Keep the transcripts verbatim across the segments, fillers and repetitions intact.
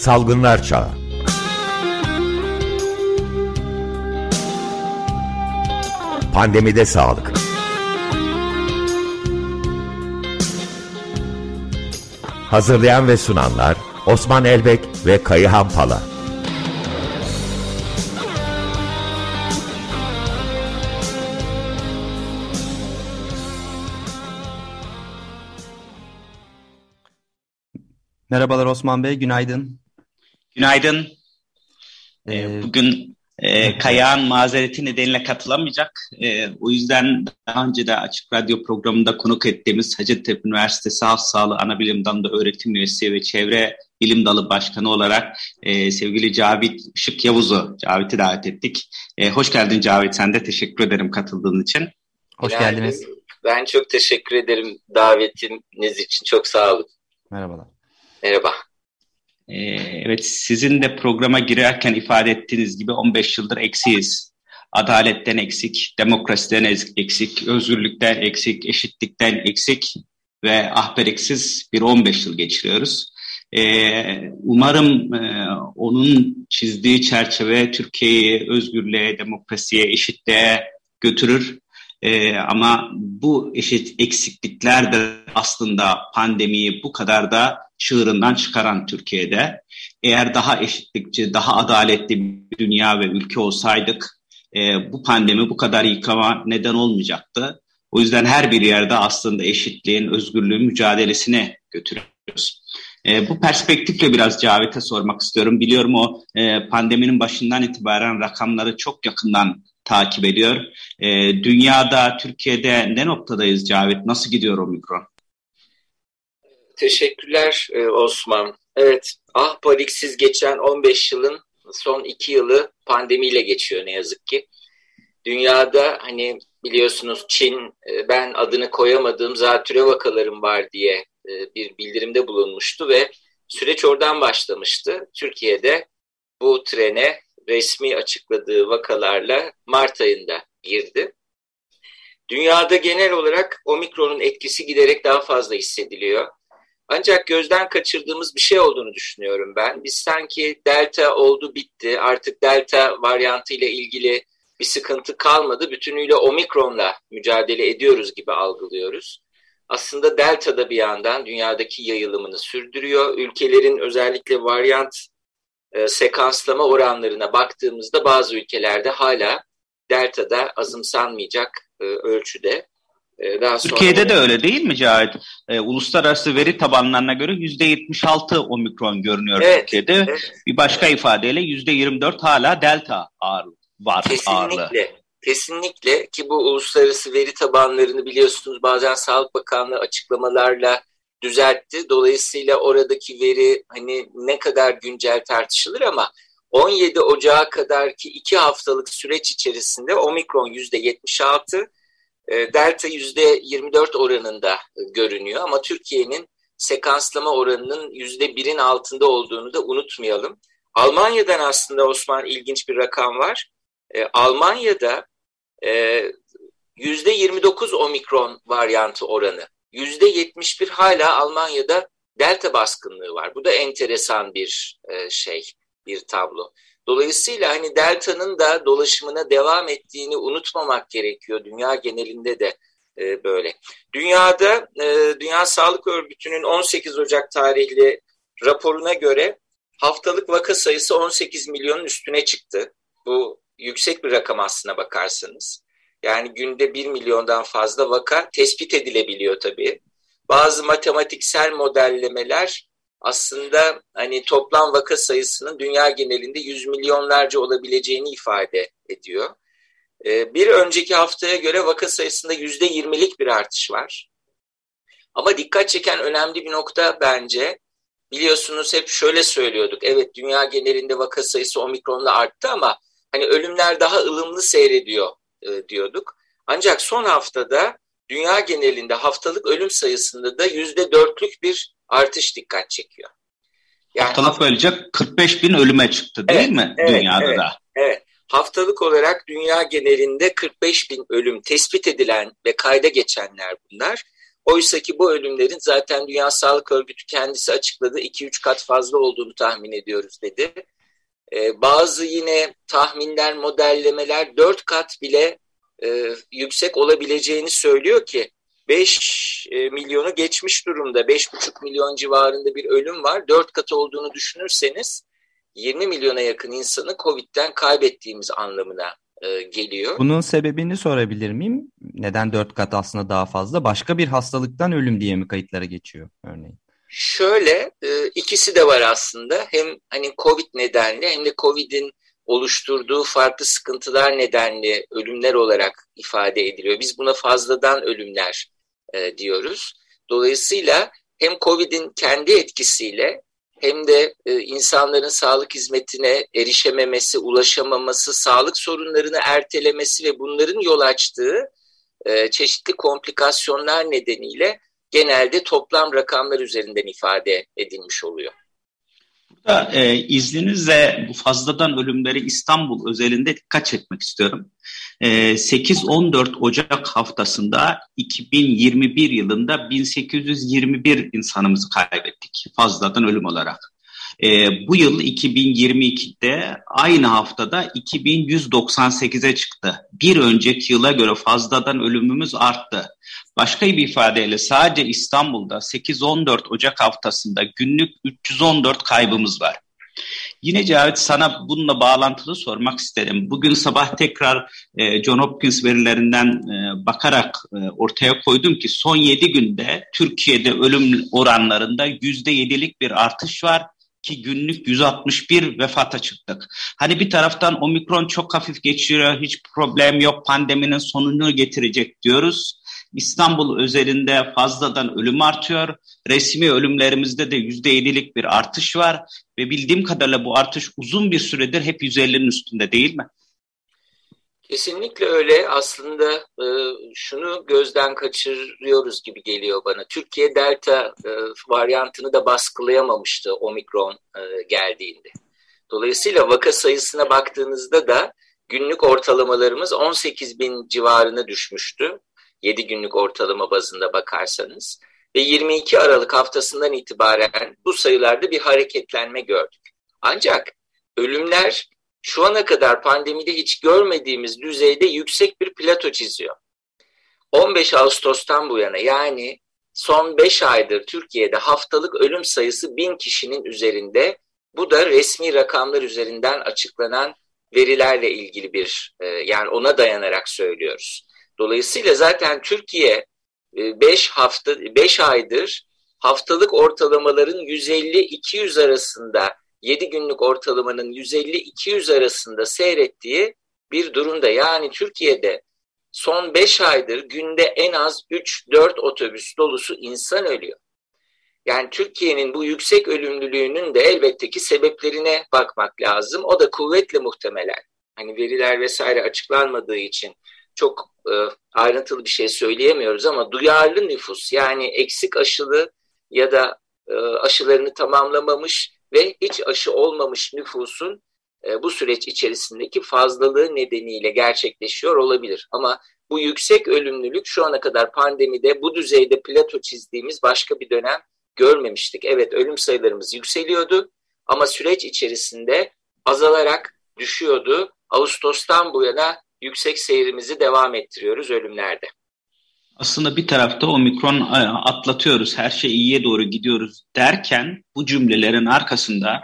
Salgınlar Çağı. Pandemide sağlık. Hazırlayan ve sunanlar Osman Elbek ve Kayıhan Pala. Merhabalar Osman Bey, günaydın. Günaydın. Ee, Bugün e, Kayağan mazereti nedeniyle katılamayacak. E, o yüzden daha önce de Açık Radyo programında konuk ettiğimiz Hacettepe Üniversitesi Halk Sağlığı Anabilim Dalı'nda öğretim üyesi ve Çevre Bilim Dalı Başkanı olarak e, sevgili Cavit Işık Yavuz'u, Cavit'i davet ettik. E, hoş geldin Cavit, sen de teşekkür ederim katıldığın için. Hoş yani, geldiniz. Ben çok teşekkür ederim davetiniz için, çok sağ olun. Merhabalar. Merhaba. Evet, sizin de programa girerken ifade ettiğiniz gibi on beş yıldır eksiyiz. Adaletten eksik, demokrasiden eksik, özgürlükten eksik, eşitlikten eksik ve ahberiksiz bir on beş yıl geçiriyoruz. Umarım onun çizdiği çerçeve Türkiye'yi özgürlüğe, demokrasiye, eşitliğe götürür. Ama bu eşit eksiklikler de aslında pandemiyi bu kadar da çığırından çıkaran Türkiye'de. Eğer daha eşitlikçi, daha adaletli bir dünya ve ülke olsaydık e, bu pandemi bu kadar yıkama neden olmayacaktı. O yüzden her bir yerde aslında eşitliğin, özgürlüğün mücadelesine götürüyoruz. E, bu perspektifle biraz Cavit'e sormak istiyorum. Biliyorum o e, pandeminin başından itibaren rakamları çok yakından takip ediyor. E, dünyada, Türkiye'de ne noktadayız Cavit? Nasıl gidiyor Omikron? Teşekkürler Osman. Evet, ahbariksiz geçen on beş yılın son iki yılı pandemiyle geçiyor ne yazık ki. Dünyada hani biliyorsunuz Çin, ben adını koyamadığım zatürre vakalarım var diye bir bildirimde bulunmuştu ve süreç oradan başlamıştı. Türkiye'de bu trene resmi açıkladığı vakalarla Mart ayında girdi. Dünyada genel olarak Omikron'un etkisi giderek daha fazla hissediliyor. Ancak gözden kaçırdığımız bir şey olduğunu düşünüyorum ben. Biz sanki Delta oldu bitti, artık Delta varyantı ile ilgili bir sıkıntı kalmadı. Bütünüyle Omikron'la mücadele ediyoruz gibi algılıyoruz. Aslında Delta da bir yandan dünyadaki yayılımını sürdürüyor. Ülkelerin özellikle varyant e, sekanslama oranlarına baktığımızda bazı ülkelerde hala Delta'da azımsanmayacak e, ölçüde. Daha Türkiye'de sonra... de öyle değil mi Cahit? Ee, uluslararası veri tabanlarına göre yüzde yetmiş altı omikron görünüyor evet, Türkiye'de. Evet. Bir başka ifadeyle yüzde yirmi dört hala delta ağırlığı var. Kesinlikle. Ağırlığı. Kesinlikle ki bu uluslararası veri tabanlarını biliyorsunuz bazen Sağlık Bakanlığı açıklamalarla düzeltti. Dolayısıyla oradaki veri hani ne kadar güncel tartışılır ama on yedi Ocağı kadarki iki haftalık süreç içerisinde omikron yüzde yetmiş altı, Delta yüzde yirmi dört oranında görünüyor ama Türkiye'nin sekanslama oranının yüzde birin altında olduğunu da unutmayalım. Almanya'dan aslında Osman ilginç bir rakam var. E, Almanya'da e, yüzde yirmi dokuz omikron varyantı oranı. yüzde yetmiş bir hala Almanya'da Delta baskınlığı var. Bu da enteresan bir e, şey, bir tablo. Dolayısıyla hani Delta'nın da dolaşımına devam ettiğini unutmamak gerekiyor. Dünya genelinde de e, böyle. Dünyada e, Dünya Sağlık Örgütü'nün on sekiz Ocak tarihli raporuna göre haftalık vaka sayısı on sekiz milyonun üstüne çıktı. Bu yüksek bir rakam aslına bakarsanız. Yani günde bir milyondan fazla vaka tespit edilebiliyor tabii. Bazı matematiksel modellemeler aslında hani toplam vaka sayısının dünya genelinde yüz milyonlarca olabileceğini ifade ediyor. Ee, bir önceki haftaya göre vaka sayısında yüzde yirmilik bir artış var. Ama dikkat çeken önemli bir nokta bence, biliyorsunuz hep şöyle söylüyorduk. Evet, dünya genelinde vaka sayısı omikronla arttı ama hani ölümler daha ılımlı seyrediyor e, diyorduk. Ancak son haftada dünya genelinde haftalık ölüm sayısında da yüzde dörtlük bir artış dikkat çekiyor. Yani haftalık böylece kırk beş bin ölüme çıktı değil evet, mi evet, dünyada evet, da? Evet. Haftalık olarak dünya genelinde kırk beş bin ölüm tespit edilen ve kayda geçenler bunlar. Oysa ki bu ölümlerin zaten Dünya Sağlık Örgütü kendisi açıkladı, iki üç kat fazla olduğunu tahmin ediyoruz dedi. Ee, bazı yine tahminler, modellemeler dört kat bile e, yüksek olabileceğini söylüyor ki beş milyonu geçmiş durumda, beş buçuk milyon civarında bir ölüm var. dört kat olduğunu düşünürseniz yirmi milyona yakın insanı Covid'den kaybettiğimiz anlamına e, geliyor. Bunun sebebini sorabilir miyim? Neden dört kat aslında daha fazla? Başka bir hastalıktan ölüm diye mi kayıtlara geçiyor örneğin? Şöyle, e, ikisi de var aslında. Hem hani Covid nedenli hem de Covid'in oluşturduğu farklı sıkıntılar nedenli ölümler olarak ifade ediliyor. Biz buna fazladan ölümler e, diyoruz. Dolayısıyla hem Covid'in kendi etkisiyle hem de e, insanların sağlık hizmetine erişememesi, ulaşamaması, sağlık sorunlarını ertelemesi ve bunların yol açtığı e, çeşitli komplikasyonlar nedeniyle genelde toplam rakamlar üzerinden ifade edilmiş oluyor. Burada e, izninizle bu fazladan ölümleri İstanbul özelinde dikkat çekmek istiyorum. E, sekiz on dört Ocak haftasında iki bin yirmi bir yılında bin sekiz yüz yirmi bir insanımızı kaybettik fazladan ölüm olarak. E, bu yıl iki bin yirmi ikide aynı haftada iki bin yüz doksan sekize çıktı. Bir önceki yıla göre fazladan ölümümüz arttı. Başka bir ifadeyle sadece İstanbul'da sekiz on dört Ocak haftasında günlük üç yüz on dört kaybımız var. Yine Cavit, sana bununla bağlantılı sormak isterim. Bugün sabah tekrar e, John Hopkins verilerinden e, bakarak e, ortaya koydum ki son yedi günde Türkiye'de ölüm oranlarında yüzde yedilik bir artış var. Ki günlük yüz altmış bir vefata çıktık. Hani bir taraftan omikron çok hafif geçiyor, hiç problem yok, pandeminin sonunu getirecek diyoruz. İstanbul özelinde fazladan ölüm artıyor. Resmi ölümlerimizde de yüzde yedilik bir artış var. Ve bildiğim kadarıyla bu artış uzun bir süredir hep yüz ellinin üstünde, değil mi? Kesinlikle öyle. Aslında e, şunu gözden kaçırıyoruz gibi geliyor bana. Türkiye Delta e, varyantını da baskılayamamıştı Omikron e, geldiğinde. Dolayısıyla vaka sayısına baktığınızda da günlük ortalamalarımız on sekiz bin civarına düşmüştü. yedi günlük ortalama bazında bakarsanız. Ve yirmi iki Aralık haftasından itibaren bu sayılarda bir hareketlenme gördük. Ancak ölümler şu ana kadar pandemide hiç görmediğimiz düzeyde yüksek bir plato çiziyor. on beş Ağustos'tan bu yana, yani son beş aydır Türkiye'de haftalık ölüm sayısı bin kişinin üzerinde. Bu da resmi rakamlar üzerinden açıklanan verilerle ilgili bir, yani ona dayanarak söylüyoruz. Dolayısıyla zaten Türkiye beş hafta beş aydır haftalık ortalamaların yüz elli iki yüz arasında, yedi günlük ortalamanın yüz elli iki yüz arasında seyrettiği bir durumda. Yani Türkiye'de son beş aydır günde en az üç dört otobüs dolusu insan ölüyor. Yani Türkiye'nin bu yüksek ölümlülüğünün de elbette ki sebeplerine bakmak lazım. O da kuvvetle muhtemelen, hani veriler vesaire açıklanmadığı için çok e, ayrıntılı bir şey söyleyemiyoruz ama duyarlı nüfus, yani eksik aşılı ya da e, aşılarını tamamlamamış ve hiç aşı olmamış nüfusun e, bu süreç içerisindeki fazlalığı nedeniyle gerçekleşiyor olabilir. Ama bu yüksek ölümlülük şu ana kadar pandemide bu düzeyde plato çizdiğimiz başka bir dönem görmemiştik. Evet, ölüm sayılarımız yükseliyordu ama süreç içerisinde azalarak düşüyordu. Ağustos'tan bu yana yüksek seyrimizi devam ettiriyoruz ölümlerde. Aslında bir tarafta omikron atlatıyoruz, her şey iyiye doğru gidiyoruz derken bu cümlelerin arkasında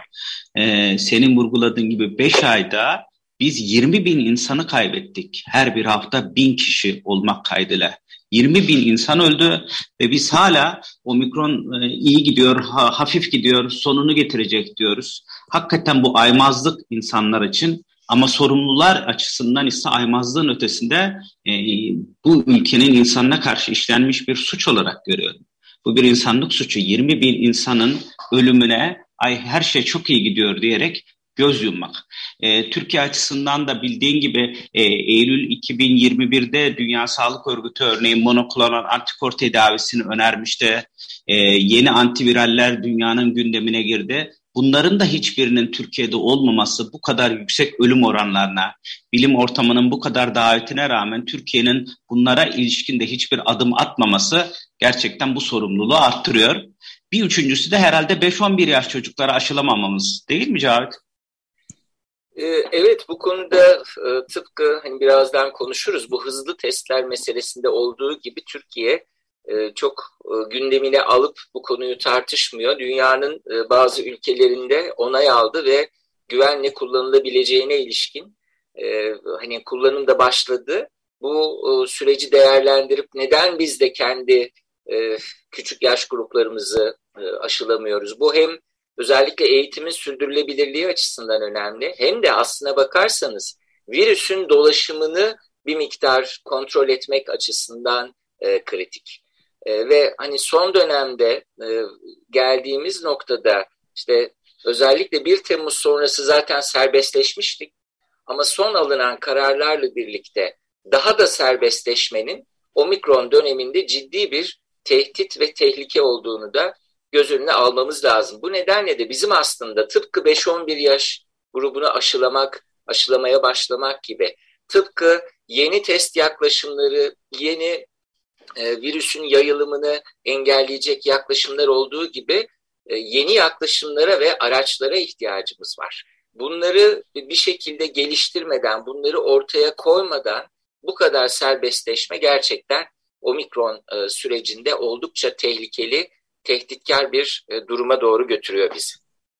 e, senin vurguladığın gibi beş ayda biz yirmi bin insanı kaybettik. Her bir hafta bin kişi olmak kaydıyla. yirmi bin insan öldü ve biz hala omikron e, iyi gidiyor, ha, hafif gidiyor, sonunu getirecek diyoruz. Hakikaten bu aymazlık insanlar için. Ama sorumlular açısından ise aymazlığın ötesinde e, bu ülkenin insanına karşı işlenmiş bir suç olarak görüyorum. Bu bir insanlık suçu. yirmi bin insanın ölümüne ay her şey çok iyi gidiyor diyerek göz yummak. E, Türkiye açısından da bildiğin gibi e, Eylül iki bin yirmi birde Dünya Sağlık Örgütü örneğin monoklonal antikor tedavisini önermişti. E, yeni antiviraller dünyanın gündemine girdi. bunların da hiçbirinin Türkiye'de olmaması, bu kadar yüksek ölüm oranlarına, bilim ortamının bu kadar davetine rağmen Türkiye'nin bunlara ilişkin de hiçbir adım atmaması gerçekten bu sorumluluğu arttırıyor. Bir üçüncüsü de herhalde beş on bir yaş çocuklara aşılamamamız, değil mi Cavit? Evet, bu konuda tıpkı hani birazdan konuşuruz, bu hızlı testler meselesinde olduğu gibi Türkiye çok gündemine alıp bu konuyu tartışmıyor. Dünyanın bazı ülkelerinde onay aldı ve güvenle kullanılabileceğine ilişkin hani kullanım da başladı. Bu süreci değerlendirip neden biz de kendi küçük yaş gruplarımızı aşılamıyoruz? Bu hem özellikle eğitimin sürdürülebilirliği açısından önemli, hem de aslına bakarsanız virüsün dolaşımını bir miktar kontrol etmek açısından kritik. Ve hani son dönemde geldiğimiz noktada işte özellikle bir Temmuz sonrası zaten serbestleşmiştik. Ama son alınan kararlarla birlikte daha da serbestleşmenin omikron döneminde ciddi bir tehdit ve tehlike olduğunu da göz önüne almamız lazım. Bu nedenle de bizim aslında tıpkı beş on bir yaş grubunu aşılamak, aşılamaya başlamak gibi, tıpkı yeni test yaklaşımları, yeni e, virüsün yayılımını engelleyecek yaklaşımlar olduğu gibi e, yeni yaklaşımlara ve araçlara ihtiyacımız var. Bunları bir şekilde geliştirmeden, bunları ortaya koymadan bu kadar serbestleşme gerçekten omikron e, sürecinde oldukça tehlikeli, tehditkar bir e, duruma doğru götürüyor bizi.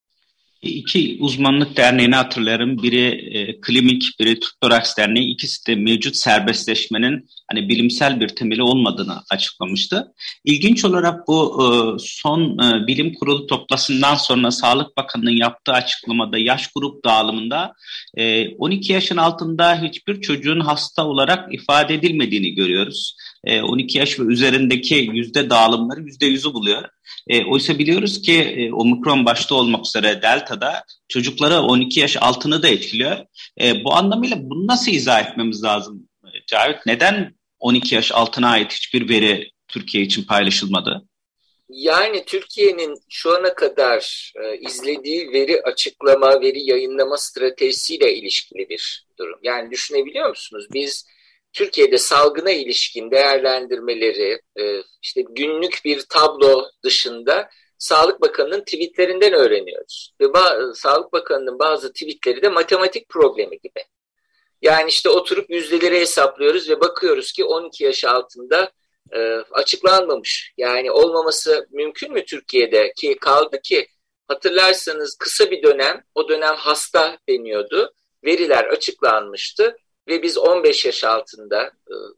İki uzmanlık derneğini hatırlarım. Biri e, Klimik, biri Tuttoraks Derneği. İkisi de mevcut serbestleşmenin hani bilimsel bir temeli olmadığını açıklamıştı. İlginç olarak bu e, son e, bilim kurulu toplantısından sonra Sağlık Bakanı'nın yaptığı açıklamada yaş grup dağılımında e, on iki yaşın altında hiçbir çocuğun hasta olarak ifade edilmediğini görüyoruz. E, on iki yaş ve üzerindeki yüzde dağılımları yüzde yüzü buluyor. E, oysa biliyoruz ki e, omikron başta olmak üzere delta'da çocukları on iki yaş altını da etkiliyor. E, bu anlamıyla bunu nasıl izah etmemiz lazım Cavit? Neden on iki yaş altına ait hiçbir veri Türkiye için paylaşılmadı? Yani Türkiye'nin şu ana kadar e, izlediği veri açıklama, veri yayınlama stratejisiyle ilişkili bir durum. Yani düşünebiliyor musunuz? Biz Türkiye'de salgına ilişkin değerlendirmeleri, işte günlük bir tablo dışında Sağlık Bakanı'nın tweetlerinden öğreniyoruz. Ve Sağlık Bakanı'nın bazı tweetleri de matematik problemi gibi. Yani işte oturup yüzdeleri hesaplıyoruz ve bakıyoruz ki on iki yaş altında açıklanmamış. Yani olmaması mümkün mü Türkiye'de? Ki kaldı ki hatırlarsanız kısa bir dönem, o dönem hasta deniyordu. Veriler açıklanmıştı. Ve biz on beş yaş altında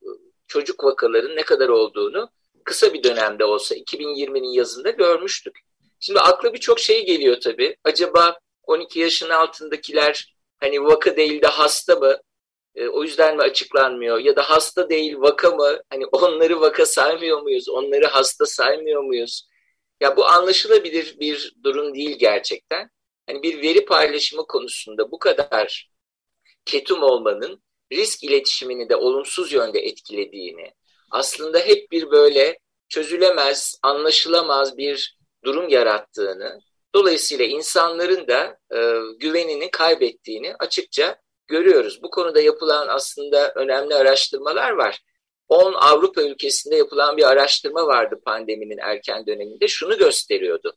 çocuk vakaların ne kadar olduğunu kısa bir dönemde olsa iki bin yirminin yazında görmüştük. Şimdi akla birçok şey geliyor tabii. Acaba on iki yaşın altındakiler hani vaka değil de hasta mı? E, o yüzden mi açıklanmıyor? Ya da hasta değil vaka mı? Hani onları vaka saymıyor muyuz? Onları hasta saymıyor muyuz? Ya bu anlaşılabilir bir durum değil gerçekten. Hani bir veri paylaşımı konusunda bu kadar ketum olmanın risk iletişimini de olumsuz yönde etkilediğini, aslında hep bir böyle çözülemez, anlaşılamaz bir durum yarattığını, dolayısıyla insanların da e, güvenini kaybettiğini açıkça görüyoruz. Bu konuda yapılan aslında önemli araştırmalar var. on Avrupa ülkesinde yapılan bir araştırma vardı pandeminin erken döneminde. Şunu gösteriyordu.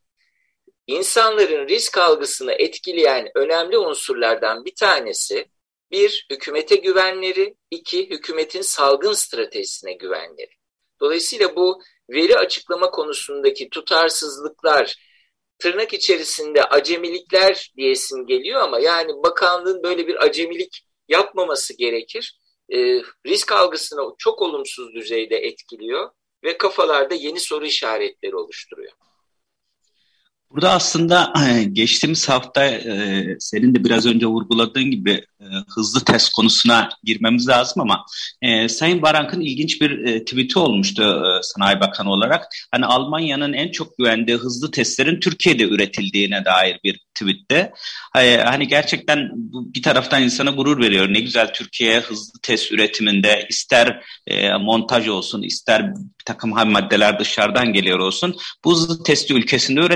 İnsanların risk algısını etkileyen önemli unsurlardan bir tanesi, bir, hükümete güvenleri, iki, hükümetin salgın stratejisine güvenleri. Dolayısıyla bu veri açıklama konusundaki tutarsızlıklar, tırnak içerisinde acemilikler diyesim geliyor ama yani bakanlığın böyle bir acemilik yapmaması gerekir. E, risk algısını çok olumsuz düzeyde etkiliyor ve kafalarda yeni soru işaretleri oluşturuyor. Burada aslında geçtiğimiz hafta e, senin de biraz önce vurguladığın gibi e, hızlı test konusuna girmemiz lazım ama e, Sayın Barank'ın ilginç bir e, tweet'i olmuştu e, Sanayi Bakanı olarak. Hani Almanya'nın en çok güvendiği hızlı testlerin Türkiye'de üretildiğine dair bir tweet'te. E, hani gerçekten bu bir taraftan insana gurur veriyor. Ne güzel Türkiye hızlı test üretiminde ister e, montaj olsun, ister bir takım ham maddeler dışarıdan geliyor olsun. Bu hızlı testi ülkesinde üretebiliyor.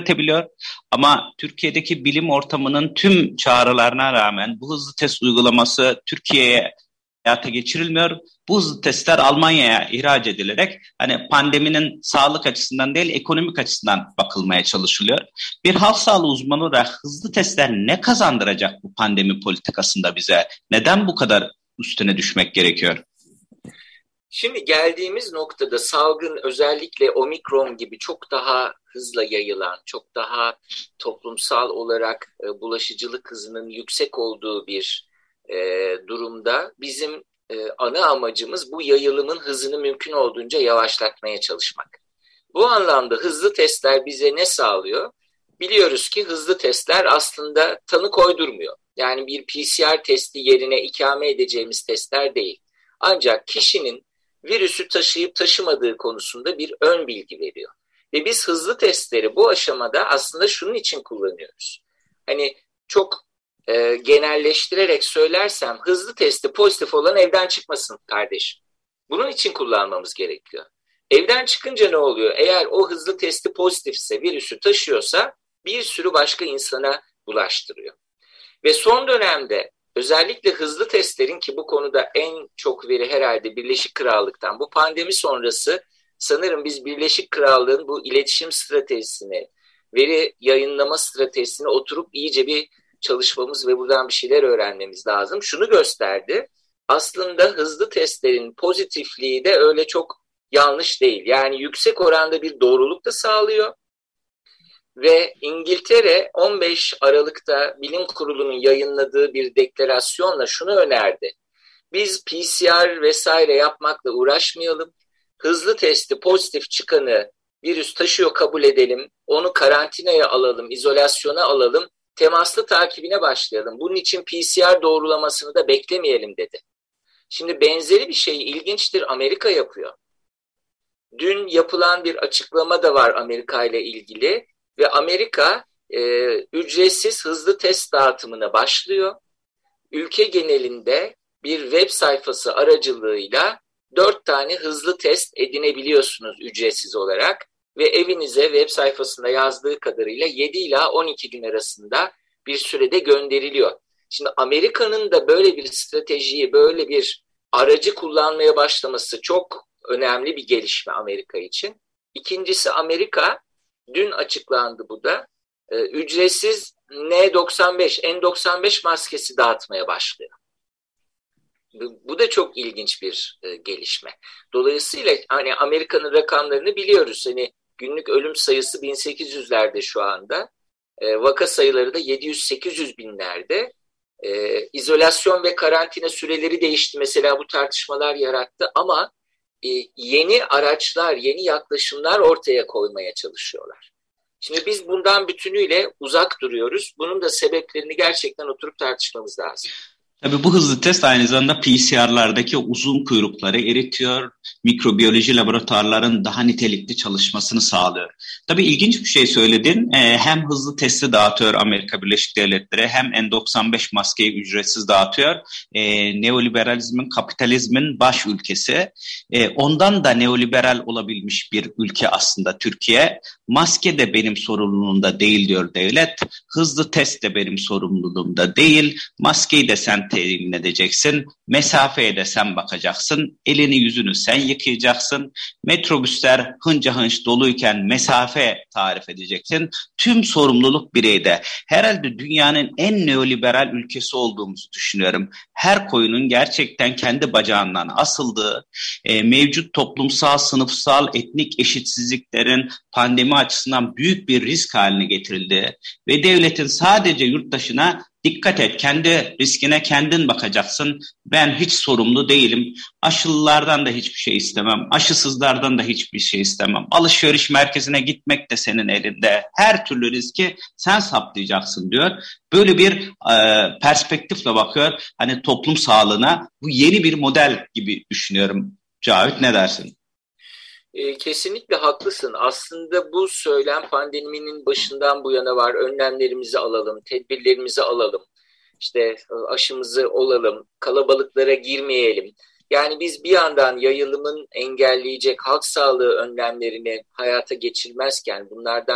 çalışılıyor. Ama Türkiye'deki bilim ortamının tüm çağrılarına rağmen bu hızlı test uygulaması Türkiye'ye hayata geçirilmiyor. Bu hızlı testler Almanya'ya ihraç edilerek hani pandeminin sağlık açısından değil ekonomik açısından bakılmaya çalışılıyor. Bir halk sağlığı uzmanı olarak hızlı testler ne kazandıracak bu pandemi politikasında bize? Neden bu kadar üstüne düşmek gerekiyor? Şimdi geldiğimiz noktada salgın özellikle omikron gibi çok daha hızla yayılan, çok daha toplumsal olarak e, bulaşıcılık hızının yüksek olduğu bir e, durumda bizim e, ana amacımız bu yayılımın hızını mümkün olduğunca yavaşlatmaya çalışmak. Bu anlamda hızlı testler bize ne sağlıyor? Biliyoruz ki hızlı testler aslında tanı koydurmuyor. Yani bir P C R testi yerine ikame edeceğimiz testler değil. Ancak kişinin virüsü taşıyıp taşımadığı konusunda bir ön bilgi veriyor. Ve biz hızlı testleri bu aşamada aslında şunun için kullanıyoruz. Hani çok e, genelleştirerek söylersem hızlı testi pozitif olan evden çıkmasın kardeşim. Bunun için kullanmamız gerekiyor. Evden çıkınca ne oluyor? Eğer o hızlı testi pozitifse, virüsü taşıyorsa bir sürü başka insana bulaştırıyor. Ve son dönemde özellikle hızlı testlerin ki bu konuda en çok veri herhalde Birleşik Krallık'tan. Bu pandemi sonrası sanırım biz Birleşik Krallığın bu iletişim stratejisini, veri yayınlama stratejisine oturup iyice bir çalışmamız ve buradan bir şeyler öğrenmemiz lazım. Şunu gösterdi. Aslında hızlı testlerin pozitifliği de öyle çok yanlış değil. Yani yüksek oranda bir doğruluk da sağlıyor. Ve İngiltere on beş Aralık'ta Bilim Kurulu'nun yayınladığı bir deklarasyonla şunu önerdi. Biz P C R vesaire yapmakla uğraşmayalım. Hızlı testi pozitif çıkanı virüs taşıyor kabul edelim. Onu karantinaya alalım, izolasyona alalım. Temaslı takibine başlayalım. Bunun için P C R doğrulamasını da beklemeyelim dedi. Şimdi benzeri bir şey ilginçtir Amerika yapıyor. Dün yapılan bir açıklama da var Amerika ile ilgili. Ve Amerika e, ücretsiz hızlı test dağıtımına başlıyor. Ülke genelinde bir web sayfası aracılığıyla dört tane hızlı test edinebiliyorsunuz ücretsiz olarak. Ve evinize web sayfasında yazdığı kadarıyla yedi ila on iki gün arasında bir sürede gönderiliyor. Şimdi Amerika'nın da böyle bir stratejiyi, böyle bir aracı kullanmaya başlaması çok önemli bir gelişme Amerika için. İkincisi Amerika, dün açıklandı bu da, e, ücretsiz N doksan beş, N doksan beş maskesi dağıtmaya başlıyor. Bu, bu da çok ilginç bir e, gelişme. Dolayısıyla hani Amerika'nın rakamlarını biliyoruz. Hani günlük ölüm sayısı bin sekiz yüzlerde şu anda. E, vaka sayıları da yedi yüz sekiz yüz binlerde. E, izolasyon ve karantina süreleri değişti. Mesela bu tartışmalar yarattı ama yeni araçlar, yeni yaklaşımlar ortaya koymaya çalışıyorlar. Şimdi biz bundan bütünüyle uzak duruyoruz. Bunun da sebeplerini gerçekten oturup tartışmamız lazım. Tabii bu hızlı test aynı zamanda P C R'lardaki uzun kuyrukları eritiyor, mikrobiyoloji laboratuvarların daha nitelikli çalışmasını sağlıyor. Tabii ilginç bir şey söyledin. Ee, hem hızlı testi dağıtıyor Amerika Birleşik Devletleri, hem N doksan beş maskeyi ücretsiz dağıtıyor. Ee, neoliberalizmin, kapitalizmin baş ülkesi. Ee, ondan da neoliberal olabilmiş bir ülke aslında Türkiye. Maske de benim sorumluluğumda değil diyor devlet. Hızlı test de benim sorumluluğumda değil. Maskeyi de sen temin edeceksin. Mesafeye de sen bakacaksın. Elini yüzünü sen yıkayacaksın. Metrobüsler hınca hınç doluyken mesafe tarif edeceksin. Tüm sorumluluk bireyde. Herhalde dünyanın en neoliberal ülkesi olduğumuzu düşünüyorum. Her koyunun gerçekten kendi bacağından asıldığı, e, mevcut toplumsal, sınıfsal, etnik eşitsizliklerin pandemi açısından büyük bir risk haline getirildiği ve devletin sadece yurttaşına dikkat et, kendi riskine kendin bakacaksın. Ben hiç sorumlu değilim. Aşılılardan da hiçbir şey istemem. Aşısızlardan da hiçbir şey istemem. Alışveriş merkezine gitmek de senin elinde. Her türlü riski sen saptayacaksın diyor. Böyle bir e, perspektifle bakıyor. Hani toplum sağlığına bu yeni bir model gibi düşünüyorum. Cavit, ne dersin? Kesinlikle haklısın. Aslında bu söylem pandeminin başından bu yana var. Önlemlerimizi alalım, tedbirlerimizi alalım, işte aşımızı olalım, kalabalıklara girmeyelim. Yani biz bir yandan yayılımın engelleyecek halk sağlığı önlemlerini hayata geçirmezken, bunlardan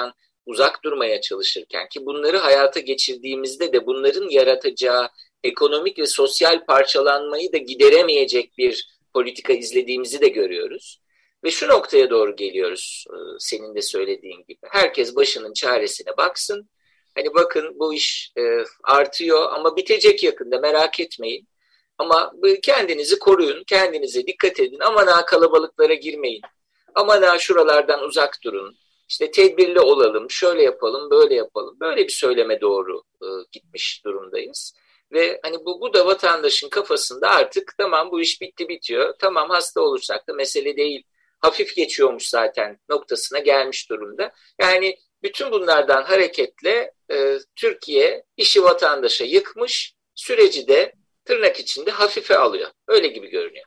uzak durmaya çalışırken ki bunları hayata geçirdiğimizde de bunların yaratacağı ekonomik ve sosyal parçalanmayı da gideremeyecek bir politika izlediğimizi de görüyoruz. Ve şu noktaya doğru geliyoruz senin de söylediğin gibi. Herkes başının çaresine baksın. Hani bakın bu iş artıyor ama bitecek yakında, merak etmeyin. Ama kendinizi koruyun, kendinize dikkat edin. Aman ha kalabalıklara girmeyin. Aman ha şuralardan uzak durun. İşte tedbirli olalım, şöyle yapalım, böyle yapalım. Böyle bir söyleme doğru e, gitmiş durumdayız. Ve hani bu, bu da vatandaşın kafasında artık tamam bu iş bitti bitiyor. Tamam hasta olursak da mesele değil. Hafif geçiyormuş zaten noktasına gelmiş durumda. Yani bütün bunlardan hareketle e, Türkiye işi vatandaşa yıkmış, süreci de tırnak içinde hafife alıyor. Öyle gibi görünüyor.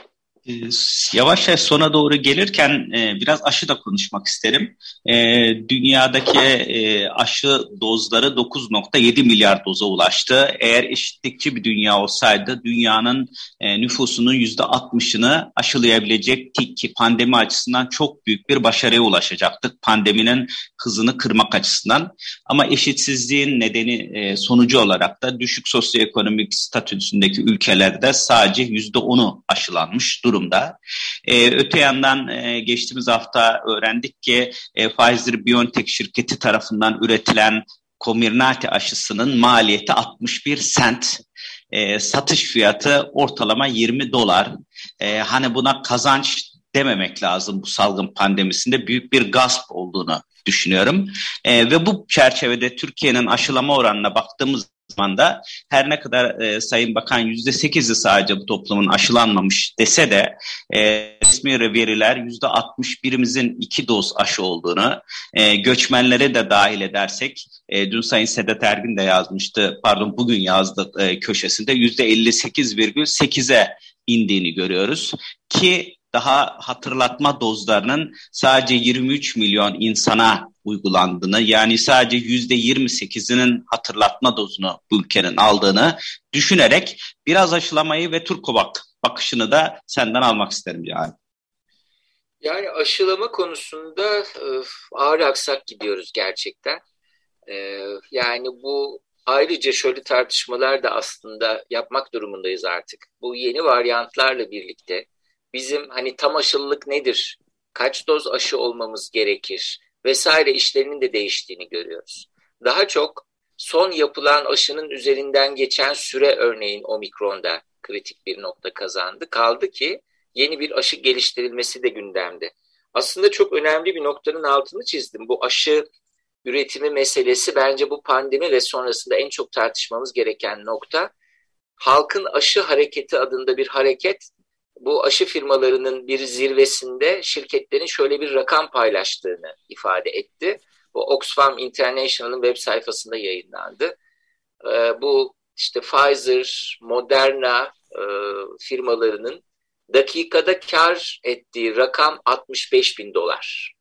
Yavaş yavaş sona doğru gelirken e, biraz aşı da konuşmak isterim. E, dünyadaki e, aşı dozları dokuz nokta yedi milyar doza ulaştı. Eğer eşitlikçi bir dünya olsaydı dünyanın e, nüfusunun yüzde altmışını aşılayabilecektik ki pandemi açısından çok büyük bir başarıya ulaşacaktık. Pandeminin hızını kırmak açısından. Ama eşitsizliğin nedeni e, sonucu olarak da düşük sosyoekonomik statüsündeki ülkelerde sadece yüzde onu aşılanmış durumda. Ee, öte yandan e, geçtiğimiz hafta öğrendik ki e, Pfizer-BioNTech şirketi tarafından üretilen Comirnaty aşısının maliyeti altmış bir sent. E, satış fiyatı ortalama yirmi dolar. E, hani buna kazanç dememek lazım bu salgın pandemisinde. Büyük bir gasp olduğunu düşünüyorum. E, ve bu çerçevede Türkiye'nin aşılama oranına baktığımız zaman da her ne kadar e, Sayın Bakan yüzde sekizi sadece bu toplumun aşılanmamış dese de e, resmi veriler yüzde altmış birimizin iki doz aşı olduğunu, e, göçmenleri de dahil edersek, e, dün Sayın Sedat Ergin de yazmıştı, pardon bugün yazdı e, köşesinde yüzde elli sekiz virgül sekize indiğini görüyoruz ki daha hatırlatma dozlarının sadece yirmi üç milyon insana uygulandığını, yani sadece yüzde yirmi sekizinin hatırlatma dozunu bu ülkenin aldığını düşünerek biraz aşılamayı ve Türkovak bakışını da senden almak isterim yani. Yani aşılama konusunda ağır aksak gidiyoruz gerçekten. Yani bu ayrıca şöyle tartışmalar da aslında yapmak durumundayız artık. Bu yeni varyantlarla birlikte bizim hani tam aşılılık nedir, kaç doz aşı olmamız gerekir vesaire işlerinin de değiştiğini görüyoruz. Daha çok son yapılan aşının üzerinden geçen süre örneğin Omikron'da kritik bir nokta kazandı. Kaldı ki yeni bir aşı geliştirilmesi de gündemde. Aslında çok önemli bir noktanın altını çizdim. Bu aşı üretimi meselesi bence bu pandemi ve sonrasında en çok tartışmamız gereken nokta. Halkın aşı hareketi adında bir hareket, bu aşı firmalarının bir zirvesinde şirketlerin şöyle bir rakam paylaştığını ifade etti. Bu Oxfam International'ın web sayfasında yayınlandı. Ee, bu işte Pfizer, Moderna e, firmalarının dakikada kar ettiği rakam altmış beş bin dolar.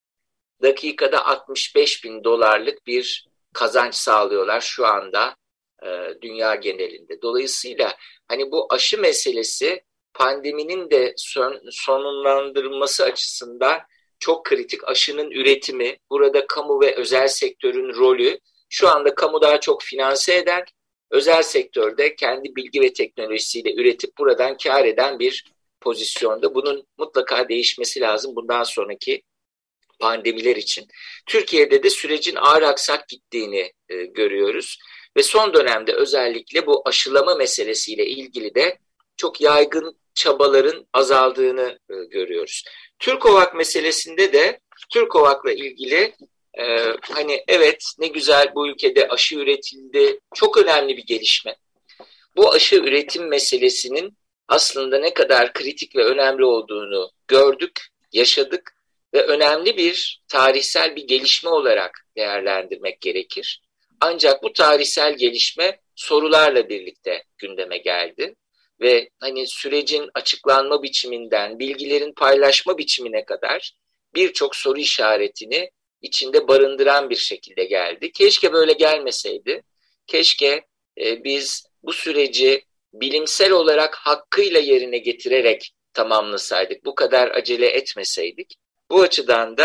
Dakikada altmış beş bin dolarlık bir kazanç sağlıyorlar şu anda e, dünya genelinde. Dolayısıyla hani bu aşı meselesi pandeminin de son, sonlandırılması açısından çok kritik. Aşının üretimi, burada kamu ve özel sektörün rolü, şu anda kamu daha çok finanse eden, özel sektörde kendi bilgi ve teknolojisiyle üretip buradan kar eden bir pozisyonda. Bunun mutlaka değişmesi lazım bundan sonraki pandemiler için. Türkiye'de de sürecin ağır aksak gittiğini e, görüyoruz ve son dönemde özellikle bu aşılama meselesiyle ilgili de çok yaygın çabaların azaldığını e, görüyoruz. Türkovak meselesinde de Türkovak'la ilgili e, hani evet ne güzel bu ülkede aşı üretildi, çok önemli bir gelişme. Bu aşı üretim meselesinin aslında ne kadar kritik ve önemli olduğunu gördük, yaşadık ve önemli bir tarihsel bir gelişme olarak değerlendirmek gerekir. Ancak bu tarihsel gelişme sorularla birlikte gündeme geldi. Ve hani sürecin açıklanma biçiminden, bilgilerin paylaşma biçimine kadar birçok soru işaretini içinde barındıran bir şekilde geldi. Keşke böyle gelmeseydi. Keşke e, biz bu süreci bilimsel olarak hakkıyla yerine getirerek tamamlasaydık. Bu kadar acele etmeseydik. Bu açıdan da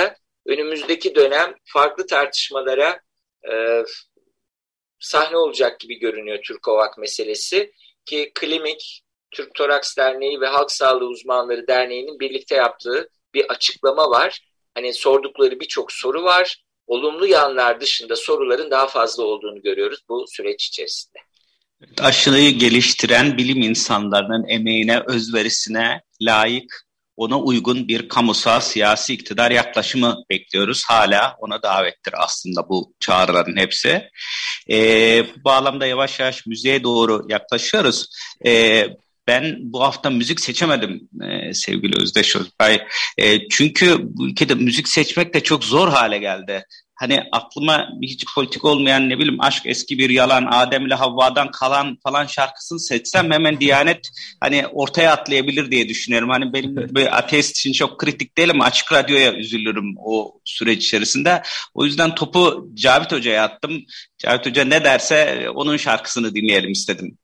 önümüzdeki dönem farklı tartışmalara e, sahne olacak gibi görünüyor Türkovak meselesi. Ki Klimik, Türk Toraks Derneği ve Halk Sağlığı Uzmanları Derneği'nin birlikte yaptığı bir açıklama var. Hani sordukları birçok soru var. Olumlu yanlar dışında soruların daha fazla olduğunu görüyoruz bu süreç içerisinde. Aşıyı geliştiren bilim insanlarının emeğine, özverisine layık, ona uygun bir kamusal siyasi iktidar yaklaşımı bekliyoruz. Hala ona davettir aslında bu çağrıların hepsi. Ee, bu bağlamda yavaş yavaş müziğe doğru yaklaşıyoruz. Ee, ben bu hafta müzik seçemedim e, sevgili Özdeş Özbay. E, çünkü bu ülkede müzik seçmek de çok zor hale geldi. Hani aklıma hiç politik olmayan ne bileyim Aşk Eski Bir Yalan, Adem'le Havva'dan kalan falan şarkısını seçsem hemen Diyanet hani ortaya atlayabilir diye düşünüyorum. Hani benim böyle ateist için çok kritik değil ama Açık Radyo'ya üzülürüm o süreç içerisinde. O yüzden topu Cavit Hoca'ya attım. Cavit Hoca ne derse onun şarkısını dinleyelim istedim.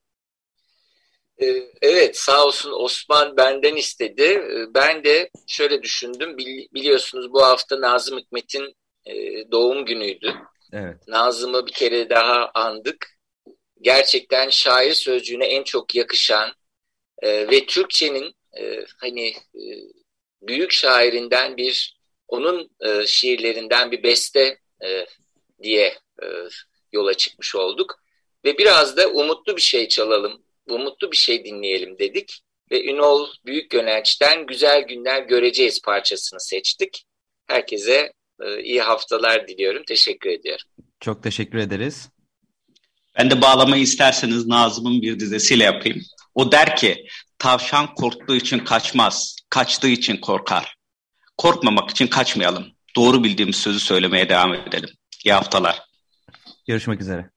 Evet, sağ olsun Osman benden istedi. Ben de şöyle düşündüm. Biliyorsunuz bu hafta Nazım Hikmet'in doğum günüydü. Evet. Nazım'ı bir kere daha andık. Gerçekten şair sözcüğüne en çok yakışan ve Türkçenin hani büyük şairinden bir, onun şiirlerinden bir beste diye yola çıkmış olduk. Ve biraz da umutlu bir şey çalalım, umutlu bir şey dinleyelim dedik. Ve Ünol Büyükgönenç'ten Güzel Günler Göreceğiz parçasını seçtik. Herkese iyi haftalar diliyorum. Teşekkür ediyorum. Çok teşekkür ederiz. Ben de bağlamayı isterseniz Nazım'ın bir dizesiyle yapayım. O der ki, tavşan korktuğu için kaçmaz, kaçtığı için korkar. Korkmamak için kaçmayalım. Doğru bildiğimiz sözü söylemeye devam edelim. İyi haftalar. Görüşmek üzere.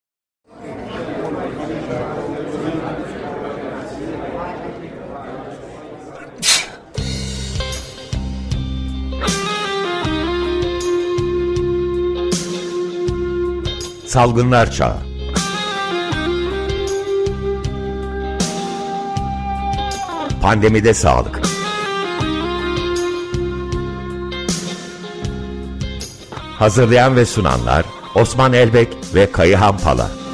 Salgınlar Çağı. Pandemide sağlık. Hazırlayan ve sunanlar Osman Elbek ve Kayıhan Pala.